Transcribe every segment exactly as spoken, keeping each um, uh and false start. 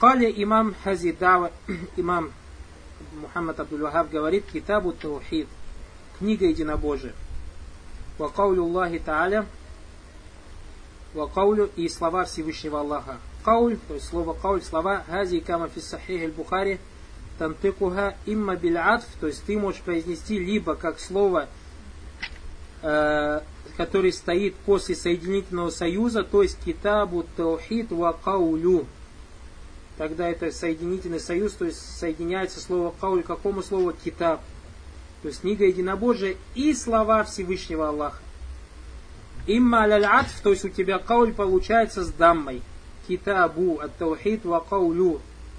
Кали имам Хазидава, имам Мухаммад Абдул-Вахаб говорит: китабу таухид, книга единобожия. Ва каулю Аллахи Тааля, ва каулю, и слова Всевышнего Аллаха. Кауль, то есть слово кауль, слова хази кама фи сахих аль-Бухари, тантыкуха имма биль атф, то есть ты можешь произнести либо как слово, э, который стоит после соединительного союза, то есть китабу таухид ва каулю. Тогда это соединительный союз, то есть соединяется слово кауль к какому слову? Китаб. То есть книга единобожия и слова Всевышнего Аллаха. Имма аль-атф, то есть у тебя кауль получается с даммой. Китабу ат-таухид ва каулю.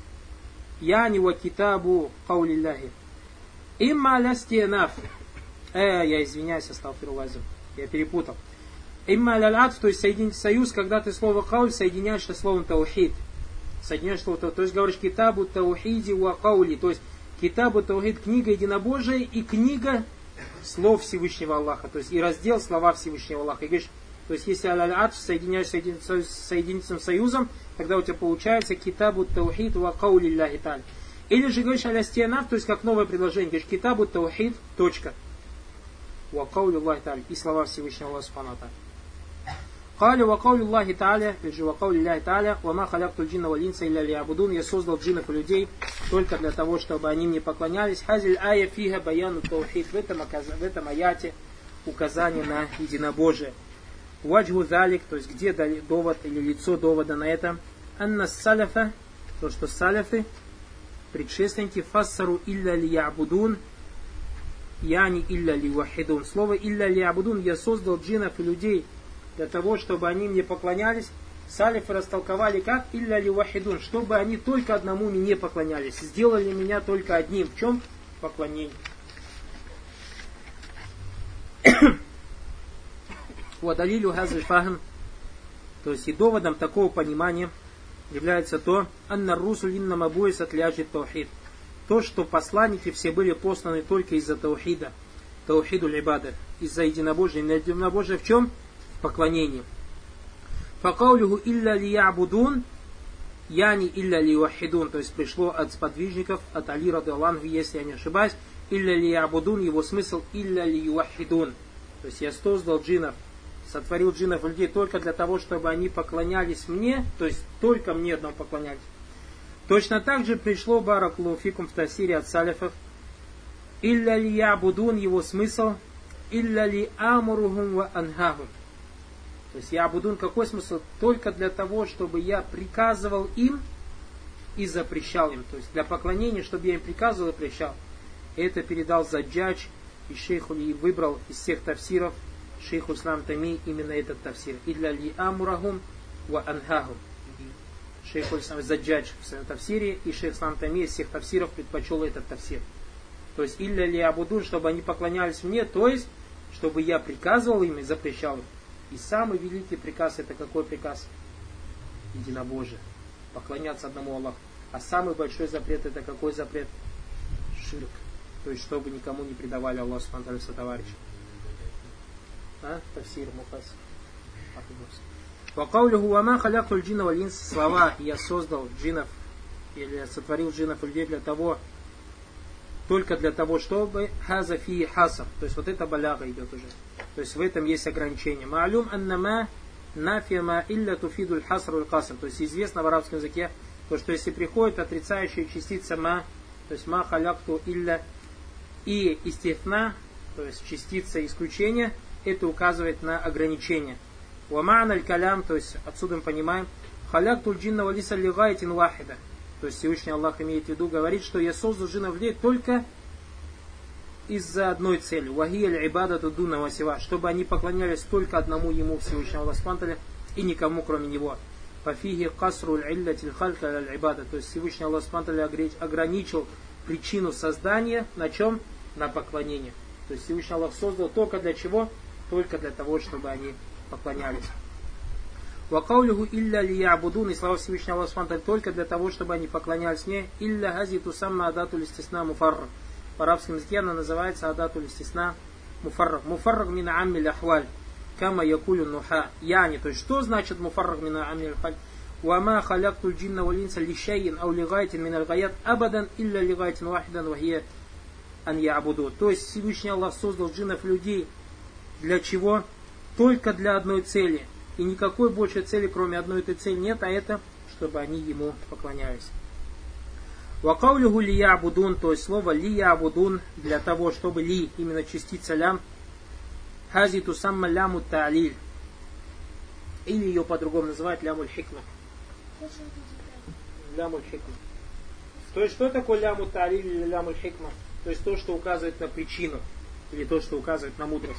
Яни ва китабу каулиллахи. Имма аль-астинаф. Э, я извиняюсь, астагфируллазим. Я перепутал. Имма аль-атф, то есть соединительный союз, когда ты слово кауль соединяешь со словом таухид. Соединяешь слово таухид. То есть говоришь китабу таухиди ва каули. То есть китабу таухид, книга единобожия и книга слов Всевышнего Аллаха. То есть и раздел слова Всевышнего Аллаха. И говоришь, то есть если аль-атф соединяешь с соединительным союзом, тогда у тебя получается китабу таухид ва каули ляхи та'аля. Или же говоришь алястианаф, то есть как новое предложение. Говоришь китабу таухид, точка. Ва каули ляхи та'аля. И слова Всевышнего Аллаха субхану ва та'аля. Кали ва каули Аллахи Тааля, или же ва каули Аллахи Тааля, ва ма халяктуль джинна вал инса илля лиябудун, я создал джиннов и людей только для того, чтобы они мне поклонялись. Хазиль ая фига баяну таухид, в этом, в этом аяте указание на единобожие. Ваджгу залик, то есть где довод или лицо довода на это. Анна саляфа, то что саляфы, предшественники, фассару илля лиябудун, яни илля ливахидун. Слово илля лиябудун, я создал джиннов и людей для того, чтобы они мне поклонялись. Салифы растолковали как илля ливахидун, чтобы они только одному мне поклонялись, сделали меня только одним. В чем? Поклонение. Вадалилю хазаль фахм, то есть и доводом такого понимания является то, анна русуль инна мабуис отляжет таухид, то, что посланники все были посланы только из-за таухида, таухиду либада, из-за единобожия. Единобожие в чем? Поклонение. Факаулюху илля лиябудун, яни илля ливахидун, то есть пришло от сподвижников, от Али радиаллаху, если я не ошибаюсь, илля лиябудун, его смысл илля ливахидун. То есть я создал джиннов, сотворил джиннов и людей только для того, чтобы они поклонялись мне, то есть только мне одному поклонялись. Точно так же пришло баракуллаху фикум в тафсире от салифов, илля лиябудун, его смысл илля ли амурухум ва анхахум. То есть я абудун, какой смысл? Только для того, чтобы я приказывал им и запрещал им. То есть для поклонения, чтобы я им приказывал и запрещал. Это передал Заджадж и шейх и выбрал из всех тафсиров шейх Ислам Тайми именно этот тафсир. Илля ли амурахум ва анхахум. Шейх Ислам Заджадж в своем тафсире и шейх Ислам Тайми из всех тафсиров предпочел этот тафсир. То есть илля ли абудун, чтобы они поклонялись мне, то есть чтобы я приказывал им и запрещал им. И самый великий приказ, это какой приказ? Единобожие. Поклоняться одному Аллаху. А самый большой запрет, это какой запрет? Ширк. То есть, чтобы никому не предавали Аллаху субхану ва тааля сотоварища. А? Тафсир Муфас. Вакаулюху вама халяктуль джинна валь инс. Слова я создал джиннов, или я сотворил джиннов и людей для того, только для того, чтобы хаза фи хасар. То есть вот это баляга идет уже. То есть в этом есть ограничение. Ма'алюм аннама нафима илля туфидуль хасру аль каср. То есть известно в арабском языке, то, что если приходит отрицающая частица ма, то есть ма халякту илля и истифна, то есть частица исключения, это указывает на ограничение. Уама'ан аль-калям, то есть отсюда мы понимаем, халяктуль джинна валиса лигайтин вахида. То есть Всевышний Аллах имеет в виду, говорит, что я создал джиннов людей только из-за одной цели. Вахия ибадату дуна васива, чтобы они поклонялись только одному ему, Всевышнему Аллаху субхану ва тааля, и никому кроме него. Фафихи касру илля-тиль халька аль-ибада. То есть Всевышний Аллах субхану ва тааля ограничил причину создания на чем? На поклонение. То есть Всевышний Аллах создал только для чего? Только для того, чтобы они поклонялись. Вакаулюху илля лиябудун, и слава Всевышнего Аллаха субхану ва тааля только для того, чтобы они поклонялись мне. Илля хази тусамма адатуль истисна муфарр. В арабском языке она называется адатуль истисна муфарраг. Муфарраг мина аммиль ахваль. Кама якулю нуха. Яни. То есть что значит муфарраг мина аммиль ахваль? وَمَا خَلَقْتُ الْجِنَّ وَالْإِنسَ لِشَيْءٍ أَوْ لِغَايَةٍ مِنَ الْغَايَاتِ أَبَدًا إِلَّا لِغَايَةٍ وَاحِدًا وَهِيَ أَنْ يَعْبُدُونَ. То есть Всевышний Аллах создал джиннов и людей для чего? Только для одной цели. И никакой большей цели, кроме одной этой цели, нет, а это, чтобы они ему поклонялись. وَقَوْلُهُ لِيَعْبُدُونَ, то есть слово لِيَعْبُدُونَ для того, чтобы ли, именно частица лям, хази тусамма ляму та'лиль. Или ее по-другому называют лямуль хикма. Лямуль хикма. То есть что такое ляму та'лиль или лямуль хикма? То есть то, что указывает на причину. Или то, что указывает на мудрость.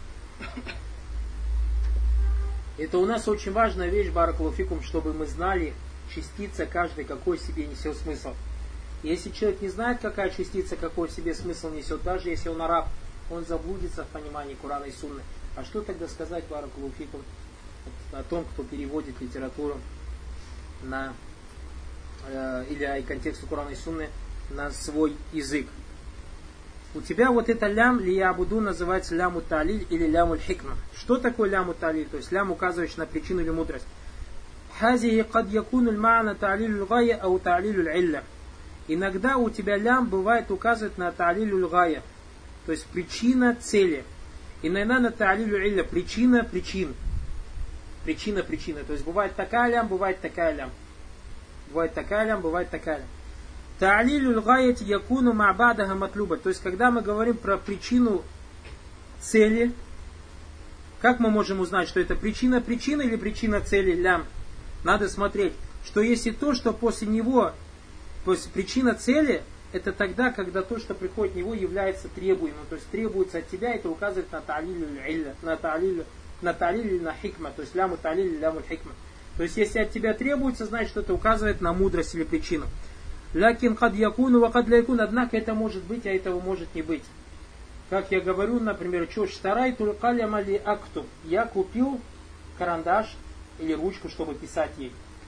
Это у нас очень важная вещь, баракаллаху фикум, чтобы мы знали частица каждой, какой себе несет смысл. Если человек не знает, какая частица, какой себе смысл несет, даже если он араб, он заблудится в понимании Корана и Сунны. А что тогда сказать, баракаллаху фикум, о том, кто переводит литературу на э, или контексту Корана и Сунны на свой язык? У тебя вот это лям лиябуду называется ляму та'лиль или лямуль хикма. Что такое ляму та'лиль? То есть лям, указывающий на причину или мудрость. Хазихи кад якуну л-ма'на та'лилю л-гая ау та'лилю л-илля. Иногда у тебя лям бывает указывает на та'лилю л-гая, то есть причина цели. Иногда на та'лилю л-илля, причина причин. Причина причина. То есть бывает такая лям, бывает такая лям. Бывает такая лям, бывает такая лям. Та'лилю л-гаяти якуну ма'бадаха матлуба. То есть когда мы говорим про причину цели, как мы можем узнать, что это причина причины или причина цели лям? Надо смотреть, что если то, что после него, то есть причина цели, это тогда, когда то, что приходит в него, является требуемым. То есть требуется от тебя, это указывает на та'лилю л-илля, на та'лилю, на та'лилю, на хикма. То есть ляму та'лилю, ляму хикма. То есть если от тебя требуется, значит, что это указывает на мудрость или причину. Лякин кад якуну ва кад ля якун, однако это может быть, а этого может не быть. Как я говорю, например, что штарай тулькаляма ли акту. Я купил карандаш или ручку, чтобы писать ей.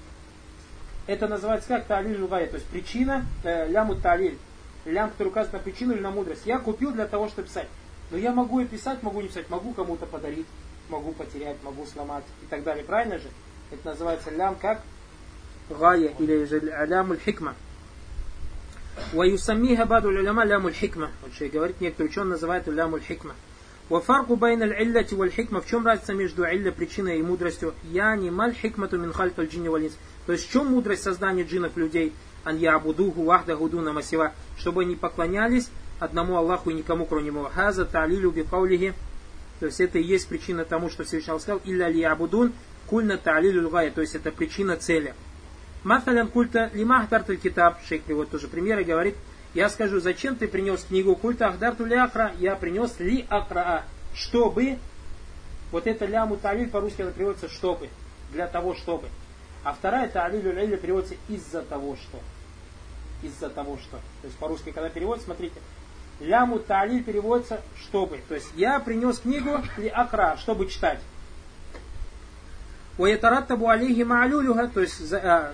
Это называется как та'лиль лугая, то есть причина, э, ляму та'лиль. Лям, который указывает на причину или на мудрость. Я купил для того, чтобы писать. Но я могу и писать, могу не писать, могу кому-то подарить, могу потерять, могу сломать и так далее. Правильно же? Это называется лям как гая или же лямуль хикма. وَيُسَمِّيهَا بَعْضُ الْعُلَمَاء لَامُ الْحِكْمَةِ. Вот что говорит, некоторые ученые называют лямуль хикма. وَفَرْقُ بَيْنَ الْعِلَّةِ وَالْحِكْمَةِ. В чем разница между илля, причиной и мудростью? «Яни маль хикмату мин хальк аль-джинни валь-инс». То есть в чем мудрость создания джиннов людей? «Ан я'будуху вахдаху дуна масива». Чтобы они поклонялись одному Аллаху и никому кроме него. «Хаза та'лилю би каулихи». То есть это и есть причина тому, что Всевышний Аллах сказал «Илля ли я'будун кульна та'лилю лгая». То есть это причина цели. Маталян культа лима ахдартуль китаб. Шейх приводит тоже пример и говорит, я скажу, зачем ты принес книгу культа ахдартуль акра? Я принес ли акра, чтобы. Вот это ляму та'лиль по-русски это переводится чтобы. Для того, чтобы. А вторая та'лилю л'илля переводится из-за того, что. Из-за того, что. То есть по-русски, когда переводится, смотрите, ляму та'лиль переводится чтобы. То есть я принес книгу ли акра, чтобы читать. وَيَتَرَتَّبُ عَلَيْهِ مَعْلُولُهَا, то есть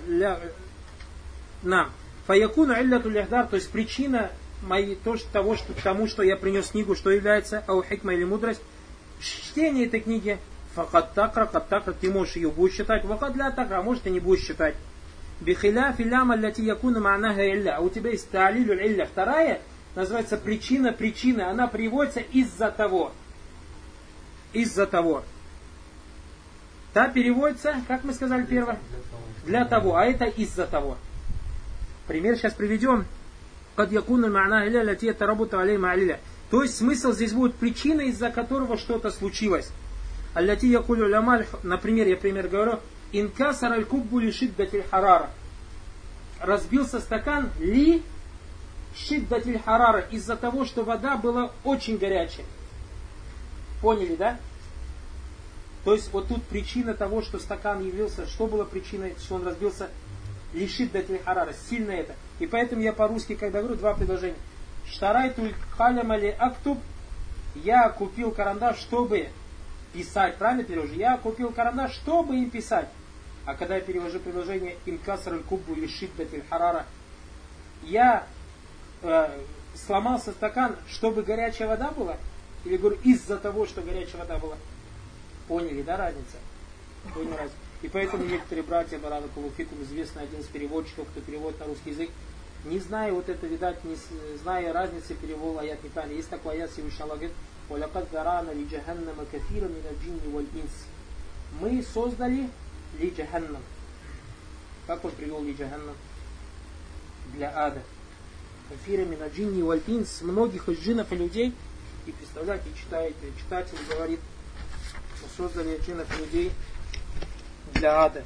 на фаякуну илля туль-ихдар, то есть причина моей, то, что, того, что, тому, что я принес книгу, что является ау хикма или мудрость, чтение этой книги, факат такра, кат такра, ты можешь ее будешь читать, вакат ля такра, а может и не будешь читать. Бихиля филяма ляти якуна ма'наха илля, а у тебя есть та'лилю илля, вторая, называется причина причины, она приводится из-за того. Из-за того. Та переводится, как мы сказали первое, для того, а это из-за того. Пример сейчас приведем. Кад якуну ма'на иля ляти тарабуту алей ма'лиля. То есть смысл здесь будет причина, из-за которого что-то случилось. Алляти якулю лямаль, например, я пример говорю, инкасар аль-куббу ли шиддатиль харара. Разбился стакан ли шиддатиль харара, из-за того, что вода была очень горячая. Поняли, да? То есть вот тут причина того, что стакан явился, что была причиной, что он разбился, лишит датиль харара, сильно это. И поэтому я по-русски, когда говорю, два предложения. Штарайтуль халямали актуб, я купил карандаш, чтобы писать, правильно перевожу? Я купил карандаш, чтобы им писать. А когда я перевожу предложение инкасраль куббу лишит датиль харара, я э, сломался стакан, чтобы горячая вода была? Или говорю, из-за того, что горячая вода была? Поняли, да, разница? Поняли разницу. И поэтому некоторые братья, баракаллаху фикум, известный один из переводчиков, кто переводит на русский язык, не зная вот это, видать, не зная разницы перевода аят неправильно. Есть такой аят Всевышний Аллах говорит: «Валякад зарана ли джаханнама кафира мина джинни валь инс». Мы создали ли джаханнам. Как он привел ли джаханнам? Для ада. Кафира мина джинни валь инс. Многих из джиннов и людей. И представляете, читаете, читатель говорит: мы создали джиннов и людей для ада.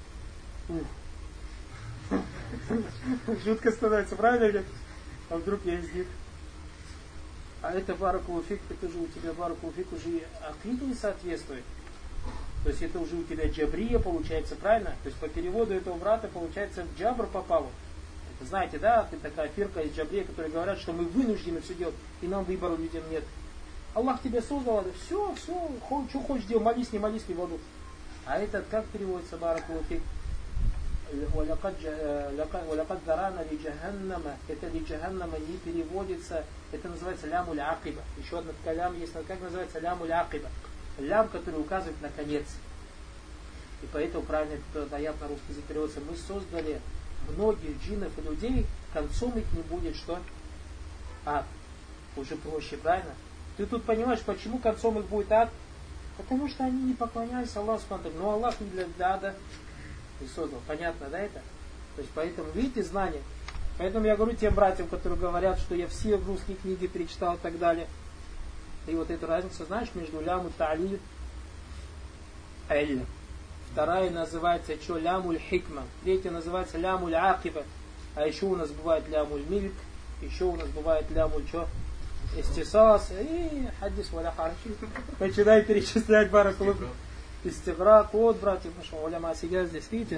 Жутко становится, правильно? А вдруг я из них? А это баракаллаху фик, это же у тебя баракаллаху фик уже акиде не соответствует. То есть это уже у тебя джабрия получается, правильно? То есть по переводу этого брата получается в джабр попало. Это знаете, да, это такая фирка из джабрия, которые говорят, что мы вынуждены все делать, и нам выбора людям нет. Аллах тебя создал, это все, все, что хочешь делать, молись, не молись, не воду. А этот как переводится баракаллаху фик? «Валякад зарана ли джаханнама». Это ли джаханнама не переводится, это называется лямуль акиба. Еще одна такая лям есть, как называется лямуль акиба. Лям, который указывает на конец. И поэтому правильно этот аят на русский язык переводится: мы создали многих джиннов и людей, концом их не будет что? Ад. Уже проще, правильно? Ты тут понимаешь, почему концом их будет ад? Потому что они не поклонялись Аллаху субхану ва тааля. Но Аллах не для, для ада и создал. Понятно, да, это? То есть, поэтому, видите, знание. Поэтому я говорю тем братьям, которые говорят, что я все русские книги перечитал и так далее. И вот эту разницу знаешь между ляму та'лиль эль. Вторая называется что? Лямуль хикма. Третья называется лямуль акиба. А еще у нас бывает лямуль мильк. Еще у нас бывает лямуль что? Истисас. И хадис валя харачи. Начинай перечислять баракаллаху. Истиграк, вот, братья, нашего уляма сидят здесь, видите?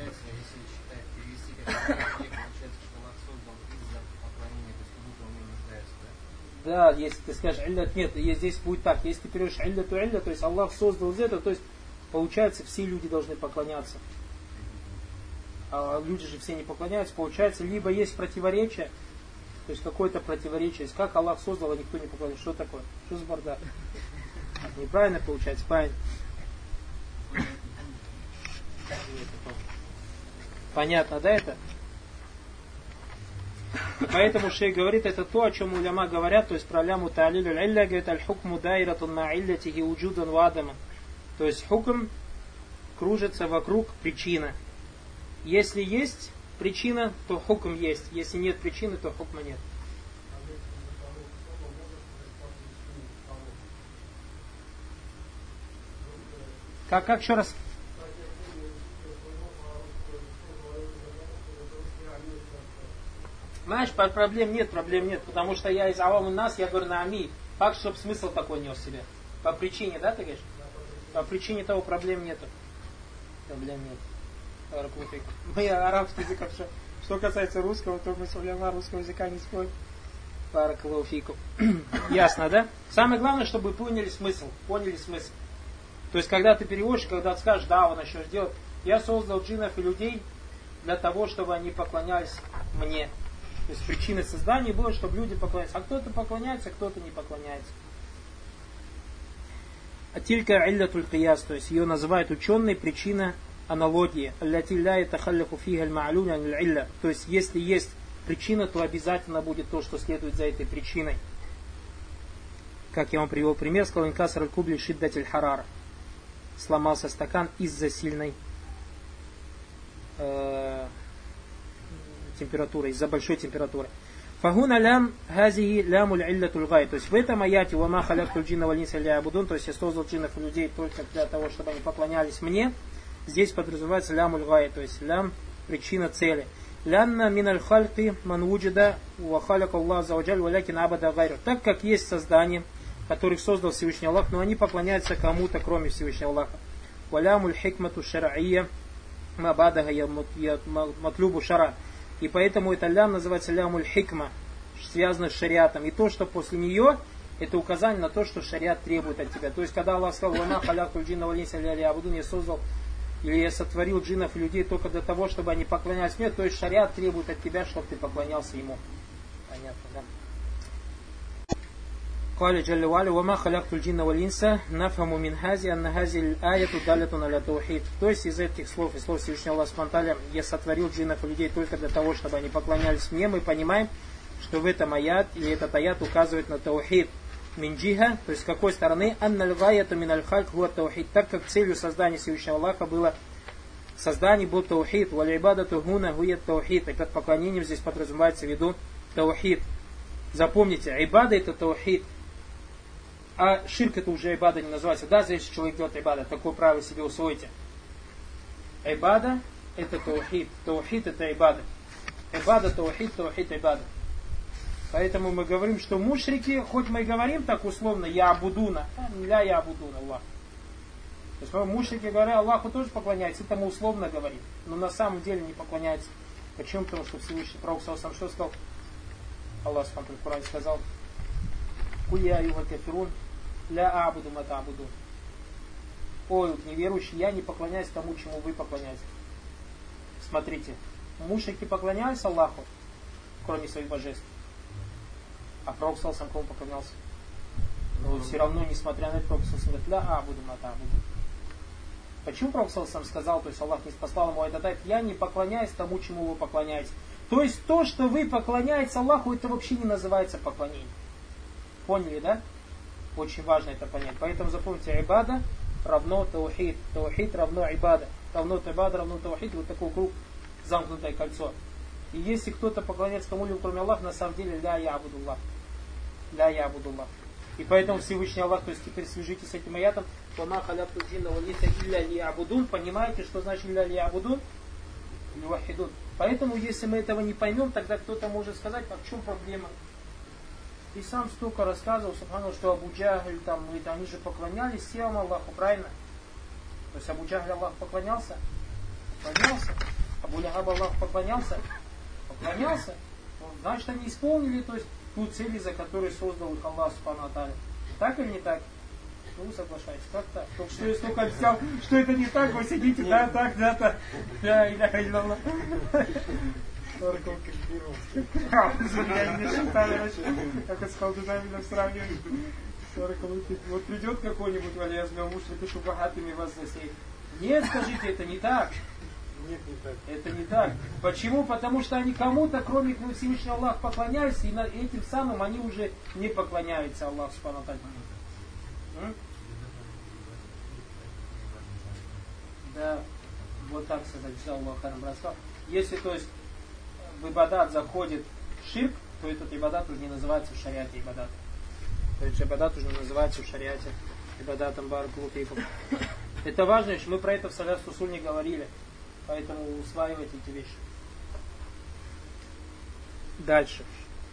Да, если ты скажешь иллят, нет, здесь будет так. Если ты переводишь илляту илля, то есть Аллах создал из этого, то есть получается все люди должны поклоняться. А люди же все не поклоняются. Получается, либо есть противоречие, то есть какое-то противоречие. Есть как Аллах создал, а никто не поклоняется. Что такое? Что за бардак? Неправильно получается, правильно. Понятно, да, это? И поэтому шейх говорит, это то, о чем уляма говорят, то есть про ляму та'лилю илля, говорит, аль-хукму дайратун ма иллятихи уджудан ва адама. То есть хукм кружится вокруг причины. Если есть причина, то хукм есть. Если нет причины, то хукма нет. Как, как еще раз? Знаешь, проблем нет, проблем нет, потому что я из авам у нас, я говорю на ами. Факт, чтобы смысл такой нес себе. По причине, да, ты говоришь? По причине того проблем нету. Проблем нет. Мы арабский язык, что, что касается русского, то мы с уляма русского языка не спорим. Баракаллаху фикум. Ясно, да? Самое главное, чтобы вы поняли смысл. Поняли смысл. То есть, когда ты переводишь, когда ты скажешь, да, он начнешь делать, я создал джиннов и людей для того, чтобы они поклонялись мне. То есть, причиной создания было, чтобы люди поклонялись. А кто-то поклоняется, а кто-то не поклоняется. А тилька иллятуль кияс, то есть, ее называют ученые причина аналогии. Аллати ля ятахаллаху фиха аль-ма'лун аль-илля. То есть, если есть причина, то обязательно будет то, что следует за этой причиной. Как я вам привел пример, сказал инкасар аль-кубли шиддатиль харара. Сломался стакан из-за сильной э, температуры, из-за большой температуры. Фагуна лям хазихи лямуль иллятуль гай. То есть в этом аяте вама халяктуль джинна валь инса лиабудун, то есть я создал джиннов и людей только для того, чтобы они поклонялись мне. Здесь подразумевается лямуль гай, то есть лям причина цели. Лянна миналь хальки ман вуджида ва халяк Аллах заваджаль валякин абада гайру. Так как есть создание, которых создал Всевышний Аллах, но они поклоняются кому-то, кроме Всевышнего Аллаха. Валямуль хикмату шар'ия мабадага матлюбу шара. И поэтому это лям называется лямуль хикма, связано с шариатом. И то, что после нее, это указание на то, что шариат требует от тебя. То есть, когда Аллах сказал, «Вама халякуль джинна валинса ля абудун», я создал, или я сотворил джиннов и людей только для того, чтобы они поклонялись мне, то есть шариат требует от тебя, чтобы ты поклонялся ему. Понятно, да? قال جل وعلا وما خلقت الجن والإنس نفهم من هذه أن هذه الآية دالة على التوحيد. То есть из этих слов и слов Всевышнего Аллаха Субхану ва Тааля я сотворил джиннов и людей только для того, чтобы они поклонялись мне. Мы понимаем, что в этом аят или этот аят указывает на таухид минджиха, то есть с какой стороны анналь гаяту миналь хальк хуа таухид, так как целью создания Всевышнего Аллаха было создание был таухид, валь ибадату гуна гуят таухид, и под поклонением здесь подразумевается в виду таухид. Запомните, ибада это таухид. А ширк это уже ибада не называется. Да, если человек делает ибада, такое право себе усвоите. Ибада это таухид. Таухид это ибада. Ибада, таухид, таухид, ибада. Поэтому мы говорим, что мушрики, хоть мы и говорим так условно, я абудуна, ля я абудуна, Аллах. То есть мушрики говорят, Аллаху тоже поклоняется, это мы условно говорим. Но на самом деле не поклоняется. Почему? Потому что Всевышний Пророк сам что сказал? Аллах в Коране сказал, «Куль я юга кафирун, ля абуду мата абуду». Ой, неверующий, я не поклоняюсь тому, чему вы поклоняетесь. Смотрите, мушрики поклонялись Аллаху, кроме своих божеств. А Пророк сам кому поклонялся? Но все равно, несмотря на это, Пророк сам говорит, ля абуду мата абуду. Почему Пророк сам сказал, то есть Аллах не спасал ему этот, я не поклоняюсь тому, чему вы поклоняетесь. То есть то, что вы поклоняетесь Аллаху, это вообще не называется поклонением. Поняли, да? Очень важно это понять. Поэтому запомните, ибада равно таухид. Таухид равно ибада. Равно ибада равно таухид. Вот такой круг, замкнутое кольцо. И если кто-то поклоняется кому-либо, кроме Аллаха, на самом деле, ля я абудуллах. Ля я абудуллах. И поэтому Всевышний Аллах, то есть теперь свяжите с этим аятом, «Вама халякту джинна вал инса илля лиябудун». Понимаете, что значит илля лиябудун? Лиюахидун. Поэтому, если мы этого не поймем, тогда кто-то может сказать, а в чем проблема? И сам столько рассказывал, субхану, что Абу Джахль, там, мы, они же поклонялись всем Аллаху, правильно? То есть Абу Джахль Аллаху поклонялся? Поклонялся. Абу Лахаб Аллаху поклонялся? Поклонялся. Ну, значит, они исполнили, то есть, ту цель, за которую создал их Аллах, субхану ва тааля. Так или не так? Ну, вы соглашаетесь, как так? Только что я столько объяснял, что это не так, вы сидите, да, так, да, так. Я иляха илlallah. Я не считаю, как с колдунами сравнивать. Вот придет какой-нибудь валиязмил муж, и ты шубахатами вас засеет. Нет, скажите, это не так. Нет, не так. Это не так. Почему? Потому что они кому-то, кроме Всевышнего Аллаха, поклоняются, и этим самым они уже не поклоняются Аллаху субхану ва тааля. Да, вот так сказать, взял Аллах харам рассказал. Если, то есть, в ибадат заходит ширк, то этот ибадат уже не называется в шариате ибадат. То есть ибадат уже не называется в шариате ибадатом баракулуфикум. Это важно, что мы про это в Саляф Усуль не говорили. Поэтому усваивайте эти вещи. Дальше.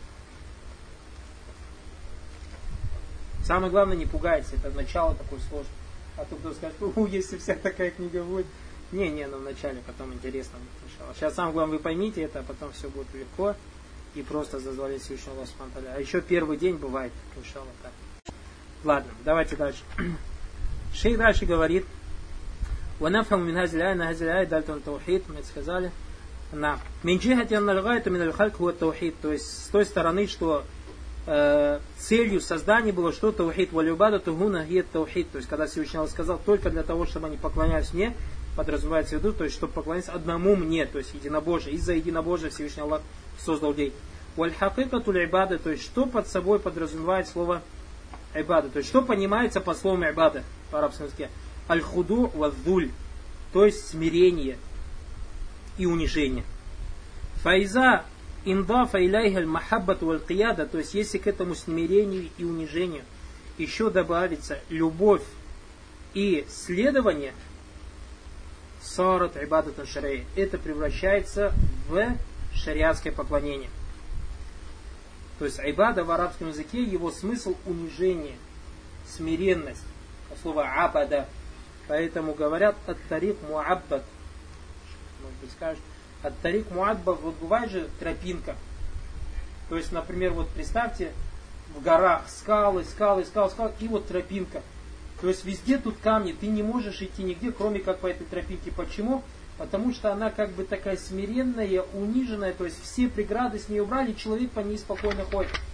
Самое главное, не пугайтесь, это начало такое сложное. А то кто скажет, у, если вся такая книга будет. Не, не, ну вначале, потом интересно будет. Сейчас самое главное, вы поймите это, а потом все будет легко. И просто зазволить Всевышнего Аллаха субхану ва тааля. А еще первый день бывает, иншаллах, так. Ладно, давайте дальше. Шейх дальше говорит, وَنَفْهَمُ مِنْ هَذِهِ الْآيَةِ أَنَّ هَذِهِ الْآيَةَ دَالَّةٌ عَلَى التَّوْحِيدِ. Мы это сказали. На. مِنْ جِهَةِ أَنَّ الْغَايَةَ مِنَ الْخَلْقِ هُوَ التَّوْحِيدُ. То есть с той стороны, что э, целью создания было что? Таухид. وَلِعْبَادَةُ هُنَا هِيَ التَّوْحِيدُ. То есть когда Всевышний Аллах сказал, только для того, чтобы они поклонялись мне, подразумевается в виду, то есть чтобы поклоняться одному мне, то есть единобожие. Из-за единобожия Всевышний Аллах создал людей. وَالْحَقِيقَةُ الْعِبَادَةِ. То есть что под собой подразумевает слово ибада. То есть что понимается под словом ибада по арабскому языке? Аль-худу ва-дзуль. То есть смирение и унижение. Файза индафа иляйха аль-махаббату валь-кияда. То есть если к этому смирению и унижению еще добавится любовь и следование, сарат ибадат аш-шар'ия. Это превращается в шариатское поклонение. То есть ибада в арабском языке, его смысл унижение, смиренность. Слово абада. Поэтому говорят ат-тарик муаббад. Может быть скажешь, ат-тарик муаббад, вот бывает же тропинка. То есть, например, вот представьте, в горах скалы, скалы, скалы, скалы, и вот тропинка. То есть везде тут камни, ты не можешь идти нигде, кроме как по этой тропинке. Почему? Потому что она как бы такая смиренная, униженная, то есть все преграды с ней убрали, человек по ней спокойно ходит.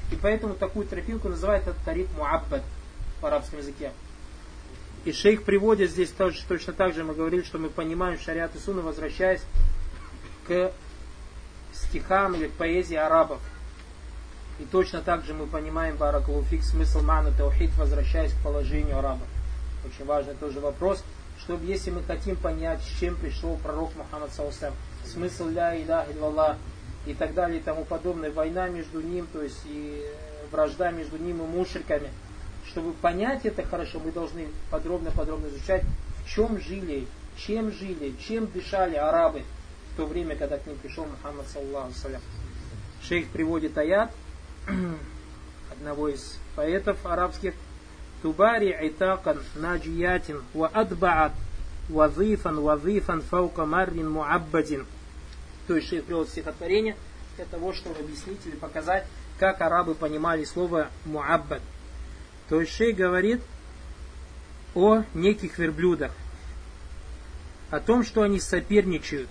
И поэтому такую тропинку называют тарик муаббад в арабском языке. И шейх приводит здесь тоже, точно так же мы говорили, что мы понимаем шариат и сунну, возвращаясь к стихам или к поэзии арабов. И точно так же мы понимаем, баракалуфик, смысл мана таухид, возвращаясь к положению арабов. Очень важный тоже вопрос, чтобы если мы хотим понять, с чем пришел пророк Мухаммад саллаллаху алейхи ва саллям, смысл ля иляха илляллах и так далее и тому подобное, война между ним, то есть и вражда между ним и мушриками. Чтобы понять это хорошо, мы должны подробно-подробно изучать, в чем жили, чем жили, чем дышали арабы в то время, когда к ним пришел Мухаммад саллаллаху алейхи ва саллям. Шейх приводит аят одного из поэтов арабских: Тубари айтакан наджиятин ва адбаат вазифан вазифан фаука маррин муаббадин. То есть шейх приводит стихотворение для того, чтобы объяснить или показать, как арабы понимали слово муаббад. То есть шейх говорит о неких верблюдах, о том, что они соперничают,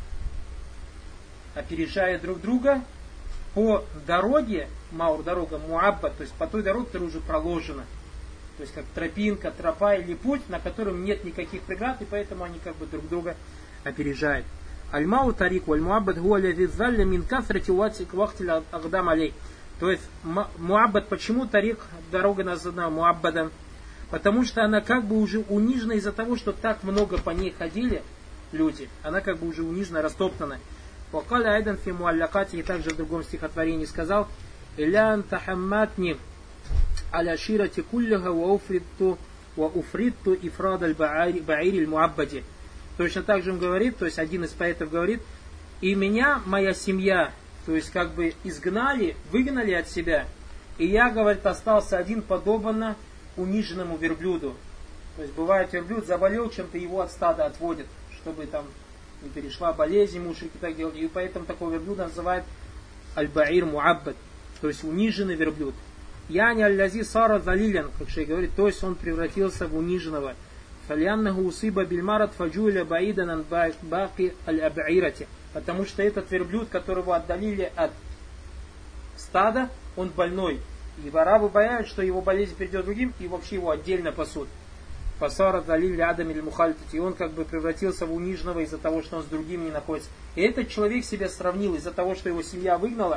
опережая друг друга по дороге, маур дорога муаббад, то есть по той дороге, которая уже проложена. То есть как тропинка, тропа или путь, на котором нет никаких преград, и поэтому они как бы друг друга опережают. Аль-мау тарик валь-муаббад хуа лази залля мин касрати вахтил агдам алей. То есть муаббад, почему тарик, дорога названа муаббадом? Потому что она как бы уже унижена из-за того, что так много по ней ходили люди. Она как бы уже унижена, растоптана. Вакаля айдан фи муаллакати, и также в другом стихотворении сказал: Илян тахамматни аля ширати кулляха ва уфритту ва уфритту ифрад аль-ба'iри аль-муаббади. Точно так же он говорит, то есть один из поэтов говорит: и меня, моя семья, то есть как бы изгнали, выгнали от себя, и я, говорит, остался один подобно униженному верблюду. То есть бывает, верблюд заболел чем-то, его от стада отводят, чтобы там не перешла болезнь, мушрики так делали, и поэтому такого верблюда называют аль-ба'ир муаббад, то есть униженный верблюд. Яни аль-лази сара залилян, как шейх говорит, то есть он превратился в униженного. Фаляннаху усиба бильмарат фаджуля баидан баки аль-аб'ирати. Потому что этот верблюд, которого отдалили от стада, он больной. И арабы боятся, что его болезнь перейдет другим, и вообще его отдельно пасут. Фасара далиль рядом или мухальтати. И он как бы превратился в униженного из-за того, что он с другим не находится. И этот человек себя сравнил из-за того, что его семья выгнала,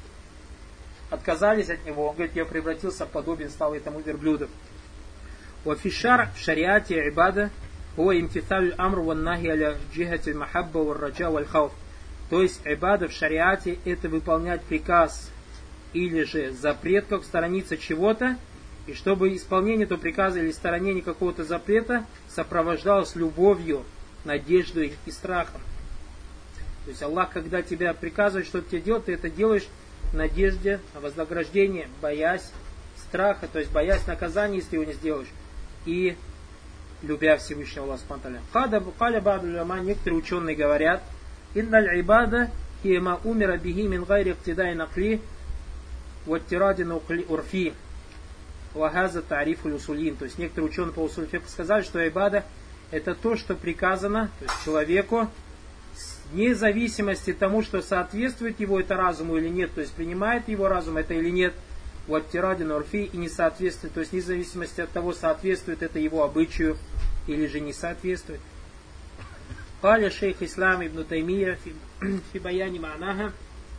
отказались от него. Он говорит, я превратился в подобен, стал этому верблюду. Уафишар в шариате ибада о имтиталь амру ван нахи аля джихати махабба ван раджа валь хауф. То есть ибада в шариате это выполнять приказ или же запрет, как сторониться чего-то, и чтобы исполнение этого приказа или сторонение какого-то запрета сопровождалось любовью, надеждой и страхом. То есть Аллах, когда тебя приказывает что-то тебе делать, ты это делаешь в надежде на вознаграждение, боясь страха, то есть боясь наказания, если его не сделаешь, и любя Всевышнего Аллаха субхану ва тааля. Каля ба'ду уляма, некоторые ученые говорят: инналь ибада хима умира бихи мин гайри иктидай накли ваттиради урфи вахаза тарифу усулин. То есть некоторые ученые по усуль фикх сказали, что ибада это то, что приказано, то есть человеку, вне зависимости от того, что соответствует его это разуму или нет, то есть принимает его разум это или нет, ваттиради урфи, и не соответствует, то есть вне зависимости от того, соответствует это его обычаю или же не соответствует. Каля шейх Ислам ибн Таймия фи баяни ма'наха.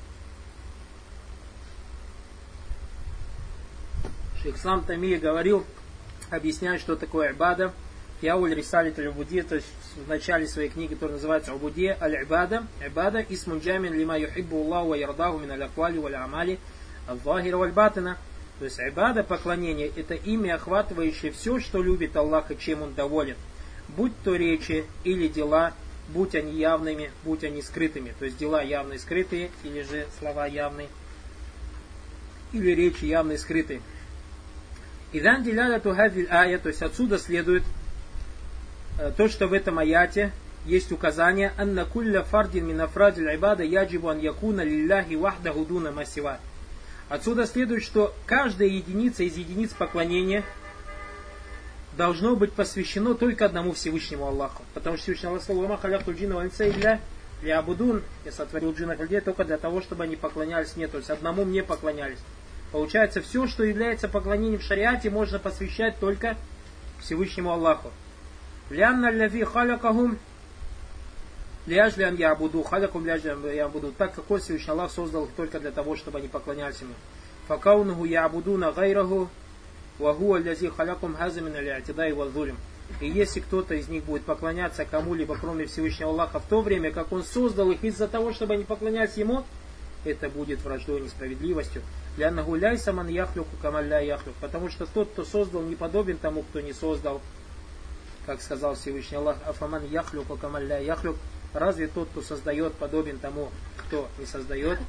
Шейх Ислам Таймия говорил, объясняет, что такое ибада. Яуль рисалит аль-убудия, то есть в начале своей книги, которая называется Убудия аль-ибада. Ибада исмун джамин лима юхиббу Аллаху ва ярдаху мин аль-аквали валь амали аль-захира валь батина. То есть ибада, поклонение, это имя, охватывающее все, что любит Аллах и чем Он доволен. Будь то речи или дела, будь они явными, будь они скрытыми. То есть дела явные, скрытые, или же слова явные, или речи явные, скрытые. Идан диляляту хадиль ая, то есть отсюда следует то, что в этом аяте есть указание: анна кулля фардин мин афрадиль ибада яджибу ан якуна лилляхи вахдаху дуна масива. Отсюда следует, что каждая единица из единиц поклонения должно быть посвящено только одному Всевышнему Аллаху. Потому что Всевышний Аллах сказал: «Ма халякту джинна валь инса илля лиабудун». Я сотворил джиннов и людей только для того, чтобы они поклонялись мне, то есть одному мне поклонялись. Получается, все, что является поклонением в шариате, можно посвящать только Всевышнему Аллаху. Лянна ляви халякахум ляжлян я буду, халякум ляжлян я буду. Так как он, Всевышний Аллах, создал их только для того, чтобы они поклонялись ему. Факаунуху я буду на гайраху вагуа лязи халякум хазамин аля-атидай вазулим. И если кто-то из них будет поклоняться кому-либо, кроме Всевышнего Аллаха, в то время, как он создал их из-за того, чтобы они поклонялись ему, это будет враждой, несправедливостью. Ляннаху ляйса ман яхлюку камалля яхлюк. Потому что тот, кто создал, не подобен тому, кто не создал. Как сказал Всевышний Аллах, афаман яхлюку камалля яхлюк. Разве тот, кто создает, подобен тому, кто не создает?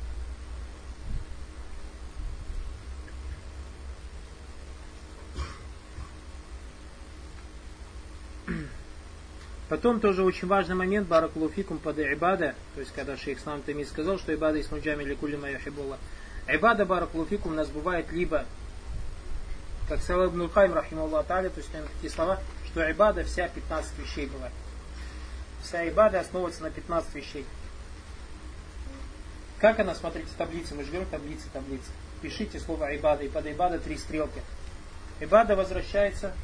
Потом тоже очень важный момент, баракулуфикум под ибада, то есть когда шейх Ислам Тайми сказал, что ибада исму джами ли кулли ма юхиббуллах. Ибада баракулуфикум у нас бывает либо, как сказал Ибн аль-Кайм рахимахуллах тааля, то есть такие слова, что ибада вся пятнадцать вещей бывает. Вся ибада основывается на пятнадцать вещей. Как она, смотрите, таблицы, мы же берем таблицы, таблицы. Пишите слово ибада, и под ибада три стрелки. Ибада возвращается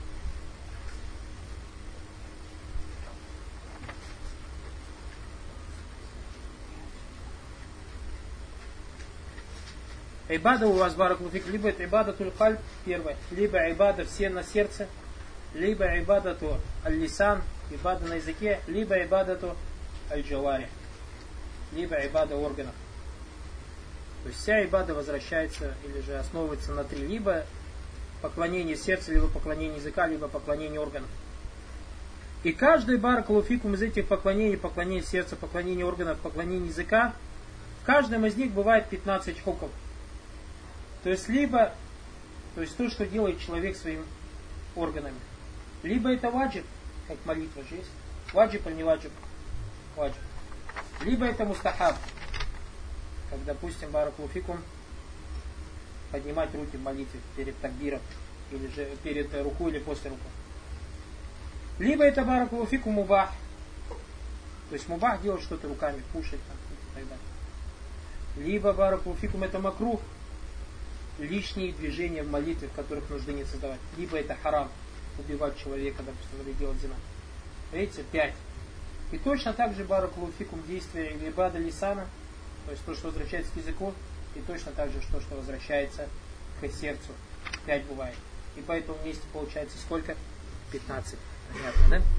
Ибада у вас, баракулуфик, либо это ибада туль кальб, первое, либо ибада все на сердце, либо ибада ту аль-лисан, ибада на языке, либо ибада ту аль-джавари, либо ибада органов. То есть вся ибада возвращается или же основывается на три, либо поклонение сердца, либо поклонение языка, либо поклонение органов. И каждый баракулуфикум из этих поклонений, поклонение сердца, поклонение органов, поклонение языка, в каждом из них бывает пятнадцать хуков. То есть либо, то есть то, что делает человек своими органами. Либо это ваджиб, как молитва же есть. Ваджиб или не ваджиб? Ваджиб. Либо это мустахаб, как, допустим, баракулуфикум, поднимать руки в молитве перед такбиром, или же перед рукой или после руку. Либо это баракулуфикум мубах, то есть мубах делать что-то руками, кушать там, и так далее. Либо баракулуфикум это макрух, лишние движения в молитве, в которых нужды не создавать. Либо это харам, убивать человека, допустим, или делать зина. Видите, пять. И точно так же баракулуфикум действия или ибада лисана, то есть то, что возвращается к языку, и точно так же то, что возвращается к сердцу. Пять бывает. И по этому вместе получается сколько? пятнадцать. Понятно, да?